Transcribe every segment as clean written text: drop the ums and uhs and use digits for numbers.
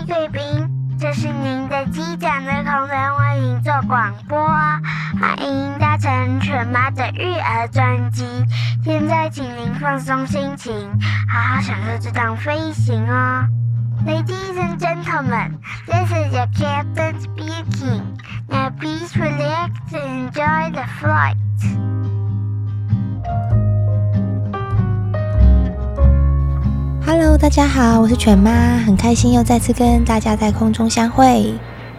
贵宾，这是您的机长的空中为您做广播，欢迎搭乘全妈的育儿专机。现在请您放松心情，好好享受这趟飞行哦。Ladies and gentlemen, this is your captain speaking. Now please relax and enjoy the flight. Hello， 大家好，我是犬妈，很开心又再次跟大家在空中相会。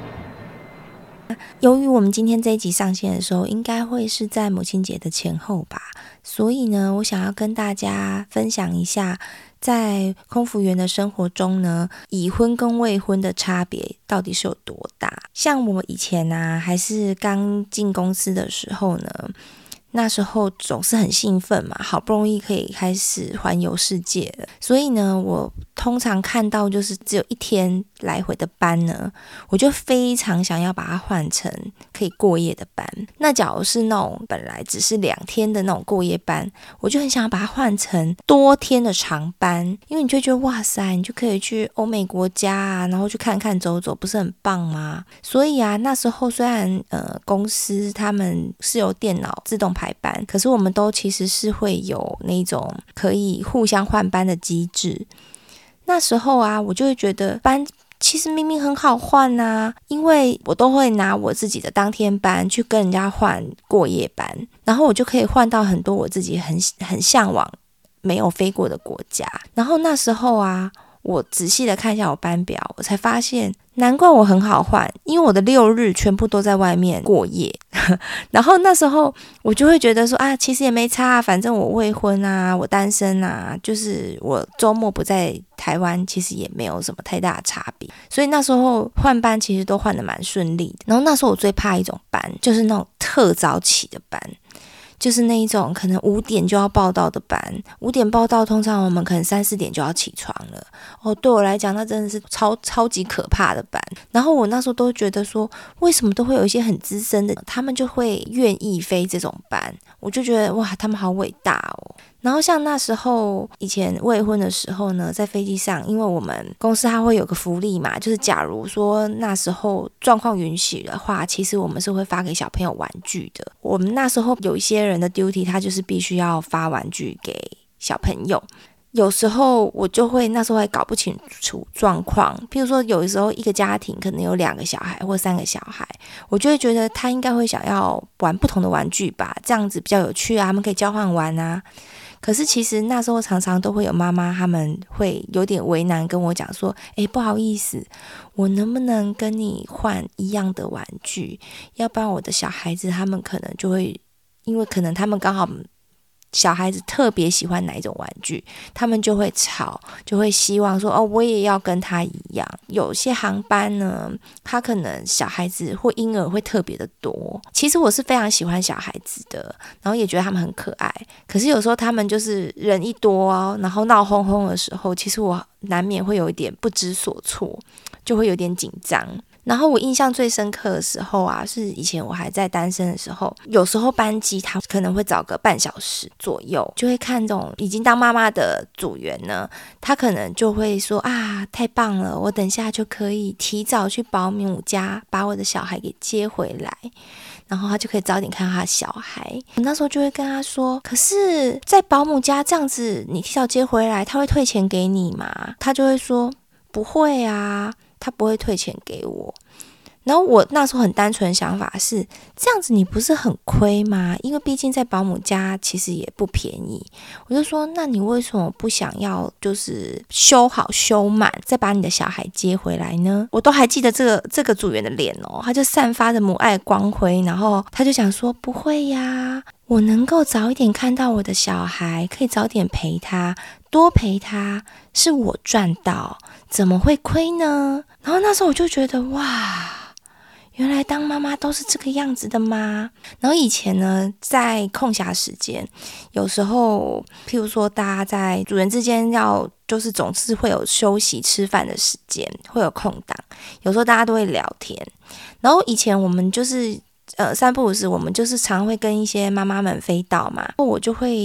由于我们今天这一集上线的时候，应该会是在母亲节的前后吧，所以呢，我想要跟大家分享一下，在空服员的生活中呢，已婚跟未婚的差别到底是有多大？像我以前还是刚进公司的时候呢，那时候总是很兴奋嘛，好不容易可以开始环游世界了，所以呢，我通常看到就是只有一天来回的班呢，我就非常想要把它换成可以过夜的班。那假如是那种本来只是2天的那种过夜班，我就很想要把它换成多天的长班，因为你就觉得哇塞，你就可以去欧美国家啊，然后去看看走走，不是很棒吗？所以那时候虽然公司他们是有电脑自动排班，可是我们都其实是会有那种可以互相换班的机制。那时候我就会觉得班其实明明很好换因为我都会拿我自己的当天班去跟人家换过夜班，然后我就可以换到很多我自己很向往没有飞过的国家。然后那时候我仔细的看一下我班表，我才发现难怪我很好换，因为我的6日全部都在外面过夜然后那时候我就会觉得说其实也没差反正我未婚我单身就是我周末不在台湾，其实也没有什么太大的差别，所以那时候换班其实都换得蛮顺利的。然后那时候我最怕一种班，就是那种特早起的班，就是那一种可能5点就要报到的班，5点报到，通常我们可能3、4点就要起床了。对我来讲，那真的是超级可怕的班。然后我那时候都觉得说，为什么都会有一些很资深的，他们就会愿意飞这种班，我就觉得哇，他们好伟大哦。然后像那时候以前未婚的时候呢，在飞机上，因为我们公司它会有个福利嘛，就是假如说那时候状况允许的话，其实我们是会发给小朋友玩具的。我们那时候有一些人的 duty， 他就是必须要发玩具给小朋友。有时候我就会那时候还搞不清楚状况，譬如说有的时候一个家庭可能有2个小孩或3个小孩，我就会觉得他应该会想要玩不同的玩具吧，这样子比较有趣他们可以交换玩可是其实那时候常常都会有妈妈他们会有点为难跟我讲说，不好意思，我能不能跟你换一样的玩具，要不然我的小孩子他们可能就会，因为可能他们刚好小孩子特别喜欢哪一种玩具，他们就会吵，就会希望说我也要跟他一样。有些航班呢，他可能小孩子或婴儿会特别的多，其实我是非常喜欢小孩子的，然后也觉得他们很可爱，可是有时候他们就是人一多然后闹哄哄的时候，其实我难免会有一点不知所措，就会有点紧张。然后我印象最深刻的时候是以前我还在单身的时候，有时候班机他可能会早个半小时左右，就会看这种已经当妈妈的组员呢，他可能就会说太棒了，我等下就可以提早去保姆家把我的小孩给接回来，然后他就可以早点看到他的小孩。我那时候就会跟他说，可是在保姆家这样子你提早接回来，他会退钱给你吗？他就会说不会他不会退钱给我。然后我那时候很单纯的想法是，这样子你不是很亏吗？因为毕竟在保姆家其实也不便宜。我就说，那你为什么不想要就是修好修满，再把你的小孩接回来呢？我都还记得这个组员的脸他就散发着母爱光辉，然后他就想说，不会我能够早一点看到我的小孩，可以早点陪他，多陪他，是我赚到，怎么会亏呢？然后那时候我就觉得哇，原来当妈妈都是这个样子的吗？然后以前呢，在空暇时间，有时候譬如说大家在组员之间就是总是会有休息吃饭的时间，会有空档，有时候大家都会聊天。然后以前我们就是3不5时，我们就是常会跟一些妈妈们飞到嘛，我就会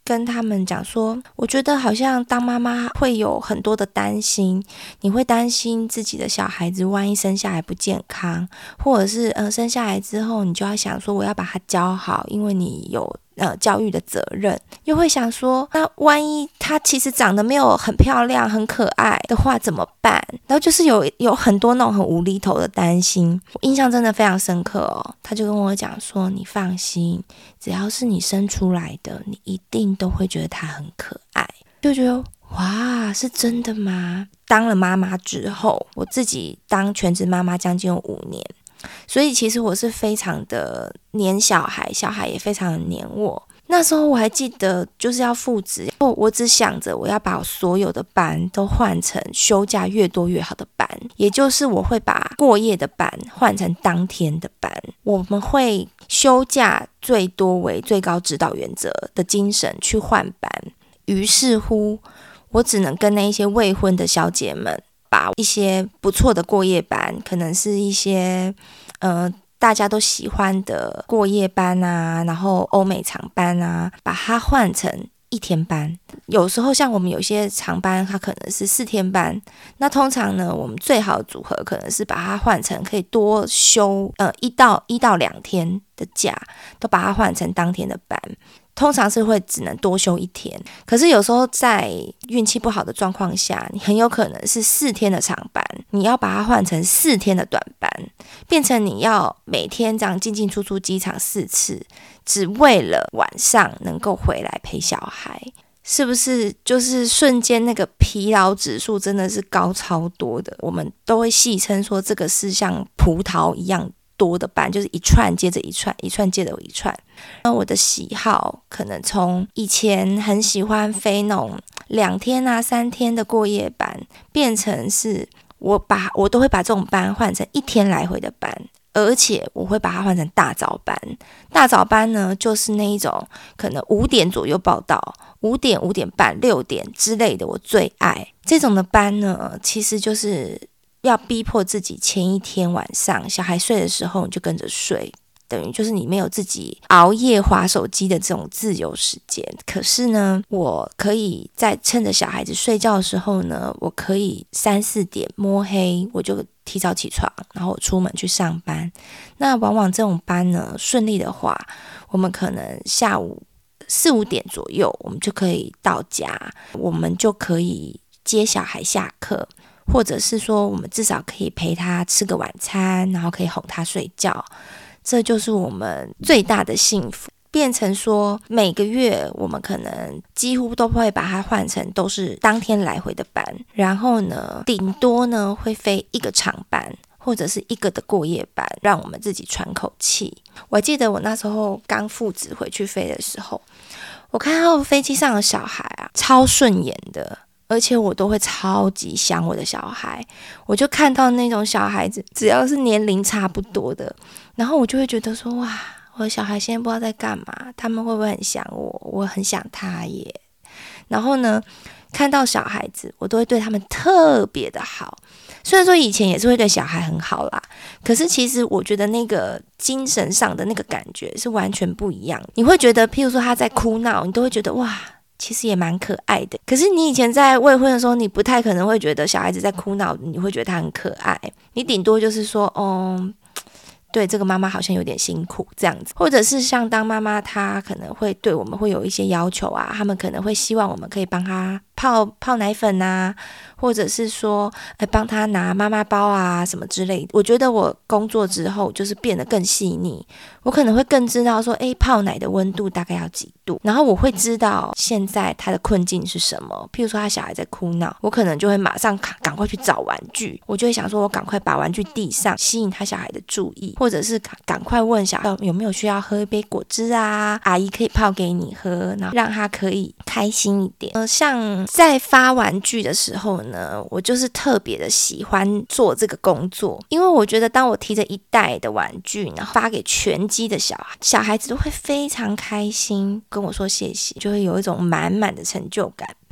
跟他们讲说，我觉得好像当妈妈会有很多的担心，你会担心自己的小孩子万一生下来不健康，或者是生下来之后你就要想说我要把他教好，因为你有教育的责任，又会想说那万一他其实长得没有很漂亮很可爱的话怎么办，然后就是有很多那种很无厘头的担心，我印象真的非常深刻哦。他就跟我讲说，你放心，只要是你生出来的，你一定都会觉得他很可爱。就觉得哇，是真的吗？当了妈妈之后，我自己当全职妈妈将近有5年，所以其实我是非常的黏小孩，小孩也非常的黏我。那时候我还记得就是要复职，我只想着我要把所有的班都换成休假越多越好的班，也就是我会把过夜的班换成当天的班，我们会休假最多为最高指导原则的精神去换班。于是乎我只能跟那一些未婚的小姐们把一些不错的过夜班，可能是一些大家都喜欢的过夜班啊，然后欧美长班啊，把它换成1天班。有时候像我们有些长班它可能是4天班，那通常呢我们最好的组合可能是把它换成可以多休1到2天的假，都把它换成当天的班，通常是会只能多休1天。可是有时候在运气不好的状况下，你很有可能是4天的长班，你要把它换成4天的短班，变成你要每天这样进进出出机场4次，只为了晚上能够回来陪小孩。是不是就是瞬间那个疲劳指数真的是高超多的？我们都会戏称说这个是像葡萄一样多的班，就是一串接着一串，一串接着一串。那我的喜好可能从以前很喜欢飞那种2天啊3天的过夜班，变成是我都会把这种班换成1天来回的班，而且我会把它换成大早班。大早班呢，就是那一种可能5点左右报到，5点、5点半、6点之类的，我最爱这种的班呢。其实就是要逼迫自己前一天晚上小孩睡的时候你就跟着睡，等于就是你没有自己熬夜滑手机的这种自由时间。可是呢，我可以在趁着小孩子睡觉的时候呢，我可以3、4点摸黑我就提早起床，然后我出门去上班。那往往这种班呢，顺利的话，我们可能下午4、5点左右我们就可以到家，我们就可以接小孩下课，或者是说我们至少可以陪他吃个晚餐，然后可以哄他睡觉。这就是我们最大的幸福。变成说每个月我们可能几乎都会把它换成都是当天来回的班，然后呢顶多呢会飞1个长班或者是1个的过夜班，让我们自己喘口气。我还记得我那时候刚复职回去飞的时候，我看到飞机上的小孩啊超顺眼的，而且我都会超级想我的小孩。我就看到那种小孩子只要是年龄差不多的，然后我就会觉得说哇，我的小孩现在不知道在干嘛，他们会不会很想我，我很想他耶。然后呢看到小孩子我都会对他们特别的好，虽然说以前也是会对小孩很好啦，可是其实我觉得那个精神上的那个感觉是完全不一样。你会觉得譬如说他在哭闹，你都会觉得哇其实也蛮可爱的。可是你以前在未婚的时候，你不太可能会觉得小孩子在哭闹你会觉得他很可爱，你顶多就是说对，这个妈妈好像有点辛苦这样子。或者是像当妈妈她可能会对我们会有一些要求啊，他们可能会希望我们可以帮她泡奶粉啊，或者是说帮她拿妈妈包啊什么之类的。我觉得我工作之后就是变得更细腻，我可能会更知道说泡奶的温度大概要几度，然后我会知道现在她的困境是什么。譬如说她小孩在哭闹，我可能就会马上赶快去找玩具，我就会想说我赶快把玩具递上，吸引她小孩的注意，或者是赶快问小孩有没有需要喝一杯果汁啊，阿姨可以泡给你喝，然后让他可以开心一点。像在发玩具的时候呢，我就是特别的喜欢做这个工作，因为我觉得当我提着1袋的玩具然后发给全机的小孩子都会非常开心跟我说谢谢，就会有一种满满的成就感。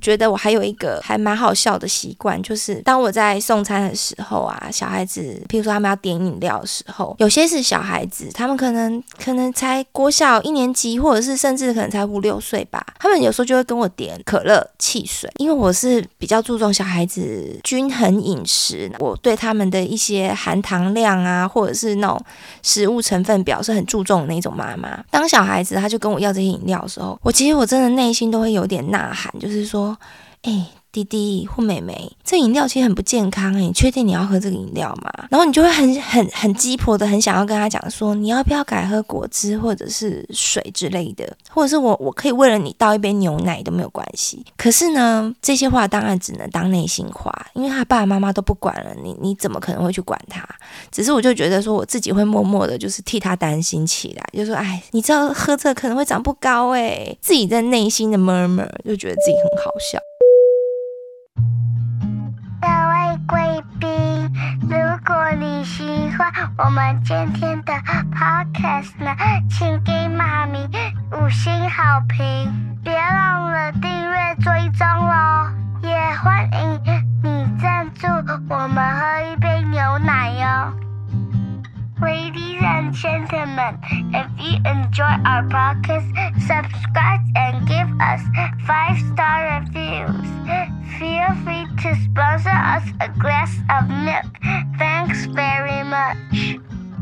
觉得我还有一个还蛮好笑的习惯，就是当我在送餐的时候啊，小孩子譬如说他们要点饮料的时候，有些是小孩子，他们可能才国小1年级，或者是甚至可能才5、6岁吧，他们有时候就会跟我点可乐、汽水，因为我是比较注重小孩子均衡饮食，我对他们的一些含糖量啊，或者是那种食物成分表是很注重的那种妈妈。当小孩子他就跟我要这些饮料的时候，其实我真的内心都会有点呐喊，就是说弟弟或妹妹，这饮料其实很不健康你确定你要喝这个饮料吗？然后你就会很鸡婆的很想要跟他讲说，你要不要改喝果汁或者是水之类的，或者是我可以为了你倒一杯牛奶都没有关系。可是呢，这些话当然只能当内心话，因为他爸爸妈妈都不管了，你怎么可能会去管他？只是我就觉得说，我自己会默默的就是替他担心起来，就说你知道喝这可能会长不高自己在内心的 murmur， 就觉得自己很好笑。 各位贵宾，如果你喜欢我们今天的 podcast 呢，请给妈咪5星好评，别忘了订阅追踪哦，也欢迎你赞助我们喝一杯牛奶哦。Ladies and gentlemen, if you enjoy our podcast, subscribe and give us 5-star reviews. Feel free to sponsor us a glass of milk. Thanks very much.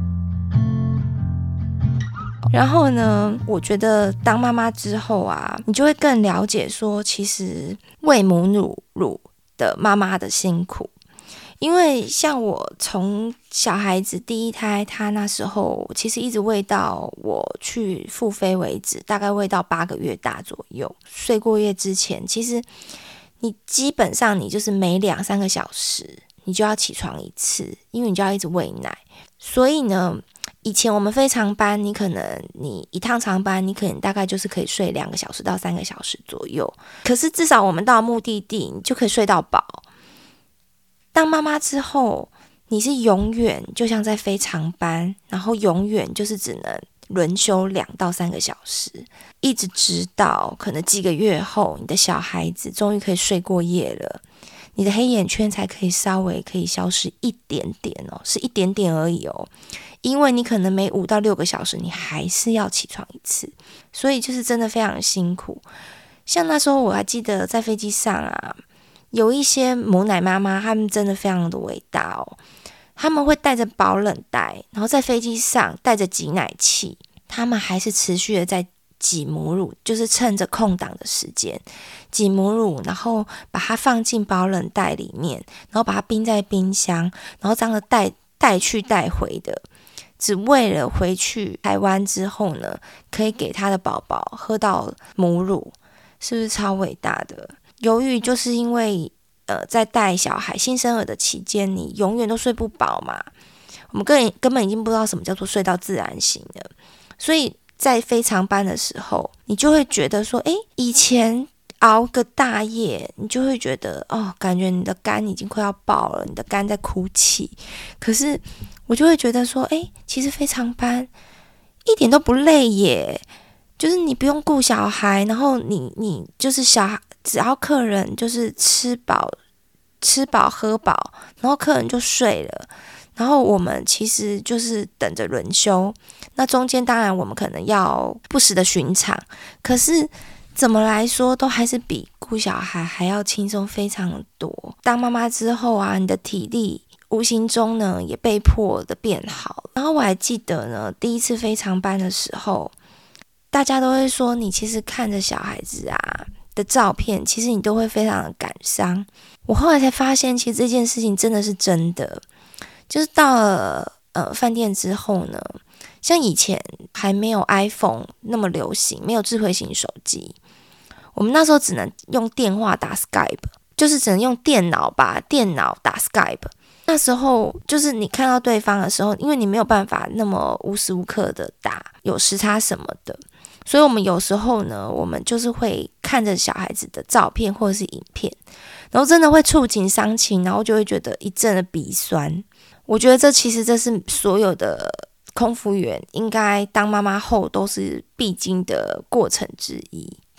然后呢，我觉得当妈妈之后啊，你就会更了解说，其实喂母乳的妈妈的辛苦。因为像我从小孩子第一胎，他那时候其实一直喂到我去复飞为止，大概喂到8个月大左右。睡过夜之前，其实你基本上你就是每2-3个小时你就要起床一次，因为你就要一直喂奶。所以呢，以前我们飞长班，你一趟长班，你可能大概就是可以睡2个小时到3个小时左右。可是至少我们到目的地，你就可以睡到饱。当妈妈之后，你是永远就像在飞长班，然后永远就是只能轮休2到3个小时，一直直到可能几个月后，你的小孩子终于可以睡过夜了，你的黑眼圈才可以稍微可以消失一点点是一点点而已因为你可能每5到6个小时你还是要起床一次，所以就是真的非常辛苦。像那时候我还记得在飞机上啊，有一些母奶妈妈，她们真的非常的伟大他们会带着保冷袋，然后在飞机上带着挤奶器，他们还是持续的在挤母乳，就是趁着空档的时间挤母乳，然后把它放进保冷袋里面，然后把它冰在冰箱，然后这样的带去带回的，只为了回去台湾之后呢，可以给他的宝宝喝到母乳，是不是超伟大的？由于就是因为在带小孩新生儿的期间，你永远都睡不饱嘛，我们根本已经不知道什么叫做睡到自然醒了，所以在非常班的时候，你就会觉得说，以前熬个大夜，你就会觉得感觉你的肝已经快要爆了，你的肝在哭泣。可是我就会觉得说，其实非常班一点都不累耶，就是你不用顾小孩，然后你就是只要客人就是吃饱喝饱，然后客人就睡了，然后我们其实就是等着轮休。那中间当然我们可能要不时的巡场，可是怎么来说都还是比顾小孩还要轻松非常的多。当妈妈之后啊，你的体力无形中呢也被迫的变好。然后我还记得呢，第一次飞长班的时候，大家都会说你其实看着小孩子啊的照片，其实你都会非常的感伤。我后来才发现，其实这件事情真的是真的。就是到了饭店之后呢，像以前还没有 iPhone 那么流行，没有智慧型手机，我们那时候只能用电话打 Skype， 就是只能用电脑打 Skype。那时候就是你看到对方的时候，因为你没有办法那么无时无刻的打，有时差什么的，所以我们有时候呢，我们就是会看着小孩子的照片或者是影片，然后真的会触景伤情，然后就会觉得一阵的鼻酸。我觉得这是所有的空服员应该当妈妈后都是必经的过程之一。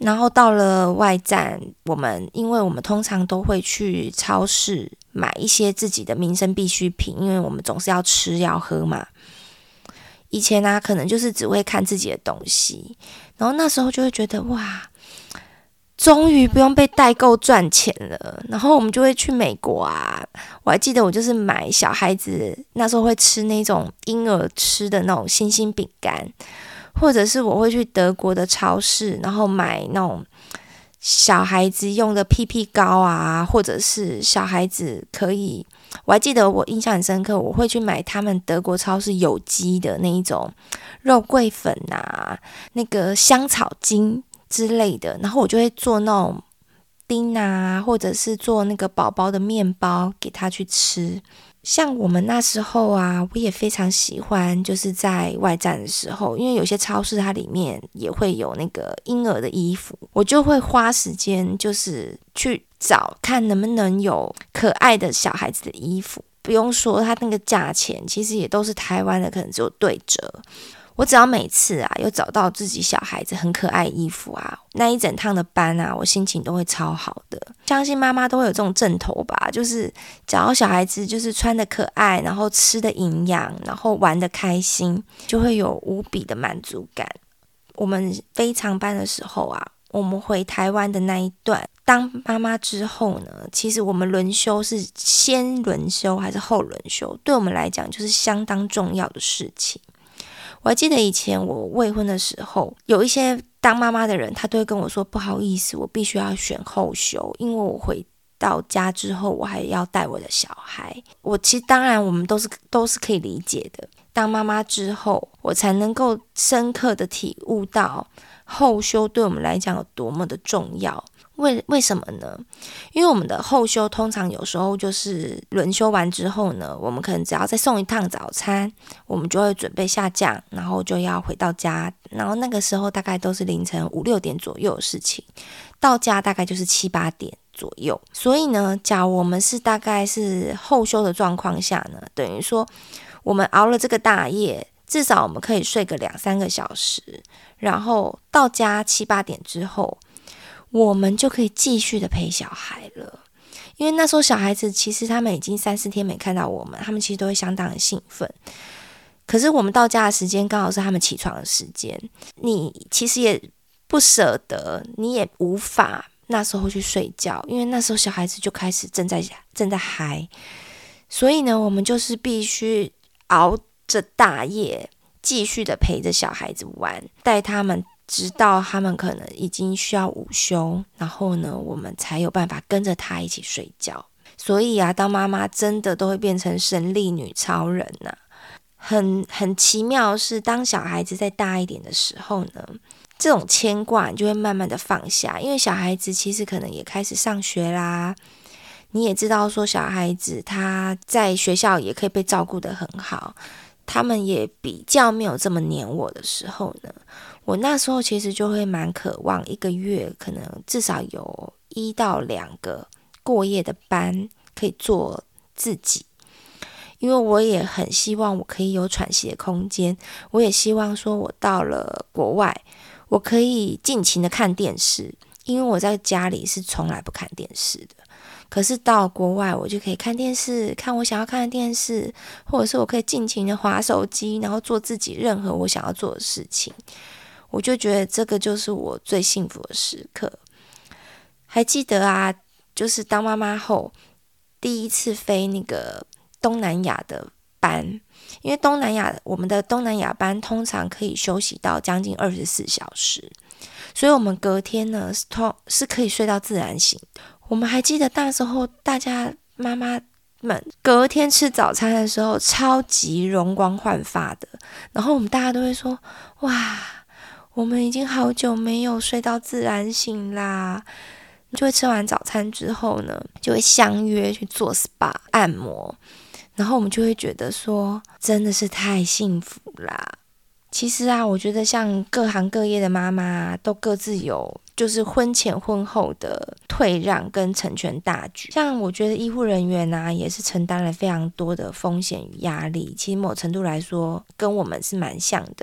然后到了外站，因为我们通常都会去超市买一些自己的民生必需品，因为我们总是要吃要喝嘛。以前啊，可能就是只会看自己的东西，然后那时候就会觉得哇，终于不用被代购赚钱了。然后我们就会去美国啊，我还记得我就是买小孩子那时候会吃那种婴儿吃的那种星星饼干，或者是我会去德国的超市，然后买那种小孩子用的屁屁膏啊，或者是小孩子我还记得我印象很深刻，我会去买他们德国超市有机的那一种肉桂粉啊，那个香草精之类的，然后我就会做那种丁啊，或者是做那个宝宝的面包给他去吃。像我们那时候啊，我也非常喜欢，就是在外站的时候，因为有些超市它里面也会有那个婴儿的衣服，我就会花时间就是去找看能不能有可爱的小孩子的衣服。不用说，它那个价钱其实也都是台湾的，可能只有对折。我只要每次啊有找到自己小孩子很可爱的衣服啊，那一整趟的班啊，我心情都会超好的。相信妈妈都会有这种阵头吧，就是只要小孩子就是穿的可爱，然后吃的营养，然后玩的开心，就会有无比的满足感。我们非常班的时候啊，我们回台湾的那一段，当妈妈之后呢，其实我们轮休是先轮休还是后轮休，对我们来讲就是相当重要的事情。我还记得以前我未婚的时候，有一些当妈妈的人，他都会跟我说，不好意思，我必须要选后休，因为我回到家之后，我还要带我的小孩。其实当然我们都是可以理解的。当妈妈之后，我才能够深刻的体悟到后休对我们来讲有多么的重要。为什么呢？因为我们的后休通常有时候就是轮休完之后呢，我们可能只要再送一趟早餐，我们就会准备下降，然后就要回到家，然后那个时候大概都是凌晨5、6点左右的事情，到家大概就是7、8点左右。所以呢，假如我们是大概是后休的状况下呢，等于说我们熬了这个大夜，至少我们可以睡个2、3个小时，然后到家7、8点之后，我们就可以继续的陪小孩了。因为那时候小孩子其实他们已经3、4天没看到我们，他们其实都会相当的兴奋。可是我们到家的时间刚好是他们起床的时间，你其实也不舍得，你也无法那时候去睡觉，因为那时候小孩子就开始正在嗨。所以呢，我们就是必须熬着大夜，继续的陪着小孩子玩，带他们直到他们可能已经需要午休，然后呢，我们才有办法跟着他一起睡觉。所以啊，当妈妈真的都会变成神力女超人啊。很奇妙的是，当小孩子再大一点的时候呢，这种牵挂你就会慢慢的放下，因为小孩子其实可能也开始上学啦。你也知道说小孩子他在学校也可以被照顾得很好，他们也比较没有这么黏我的时候呢，我那时候其实就会蛮渴望1个月可能至少有1到2个过夜的班可以做自己。因为我也很希望我可以有喘息的空间，我也希望说我到了国外，我可以尽情的看电视，因为我在家里是从来不看电视的。可是到国外，我就可以看电视，看我想要看的电视，或者是我可以尽情的滑手机，然后做自己任何我想要做的事情。我就觉得这个就是我最幸福的时刻。还记得啊，就是当妈妈后第一次飞那个东南亚的班，因为我们的东南亚班通常可以休息到将近24小时，所以我们隔天呢是可以睡到自然醒。我们还记得那时候大家妈妈们隔天吃早餐的时候超级容光焕发的，然后我们大家都会说，哇，我们已经好久没有睡到自然醒啦。就会吃完早餐之后呢，就会相约去做 SPA 按摩，然后我们就会觉得说真的是太幸福啦。其实啊，我觉得像各行各业的妈妈都各自有就是婚前婚后的退让跟成全大局。像我觉得医护人员啊，也是承担了非常多的风险与压力，其实某程度来说跟我们是蛮像的。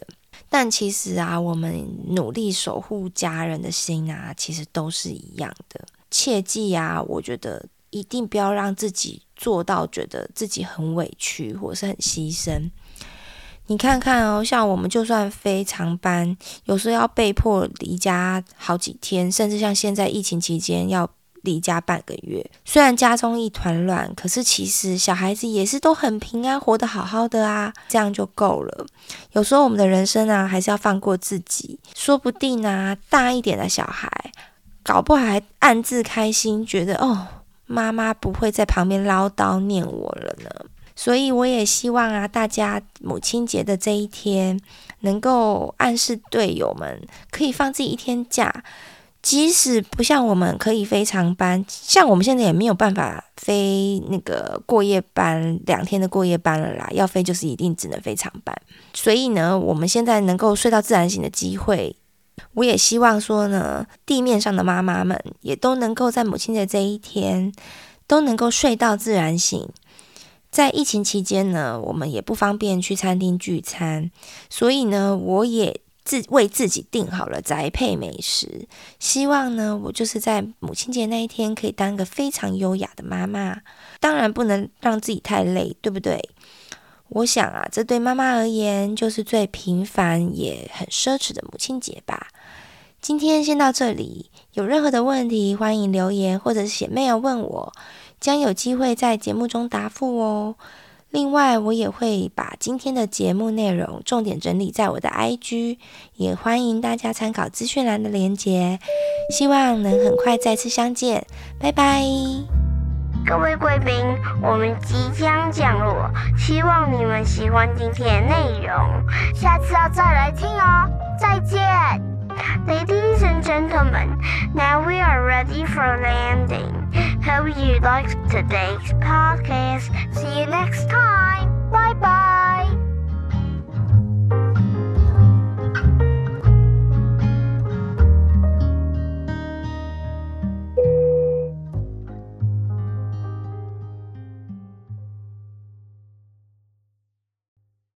但其实啊，我们努力守护家人的心啊，其实都是一样的。切记啊，我觉得一定不要让自己做到觉得自己很委屈或是很牺牲。你看看哦，像我们就算飞长班，有时候要被迫离家好几天，甚至像现在疫情期间要离家半个月。虽然家中一团乱，可是其实小孩子也是都很平安，活得好好的啊，这样就够了。有时候我们的人生啊，还是要放过自己。说不定啊，大一点的小孩，搞不好还暗自开心，觉得妈妈不会在旁边唠叨念我了呢。所以我也希望啊，大家母亲节的这一天，能够暗示队友们可以放自己一天假，即使不像我们可以飞长班，像我们现在也没有办法飞那个过夜班，2天的过夜班了啦，要飞就是一定只能飞长班。所以呢，我们现在能够睡到自然醒的机会，我也希望说呢，地面上的妈妈们也都能够在母亲节这一天都能够睡到自然醒。在疫情期间呢，我们也不方便去餐厅聚餐，所以呢，我也为自己订好了宅配美食，希望呢，我就是在母亲节那一天可以当个非常优雅的妈妈。当然不能让自己太累，对不对？我想啊，这对妈妈而言就是最平凡也很奢侈的母亲节吧。今天先到这里，有任何的问题欢迎留言或者是写 mail 问我，将有机会在节目中答复哦。另外，我也会把今天的节目内容重点整理在我的 IG， 也欢迎大家参考资讯栏的连结。希望能很快再次相见，拜拜。 各位贵宾，我们即将降落，希望你们喜欢今天的内容，下次要再来听哦。再见。Ladies and gentlemen, now we are ready for landing. Hope you liked today's podcast. See you next time. Bye bye.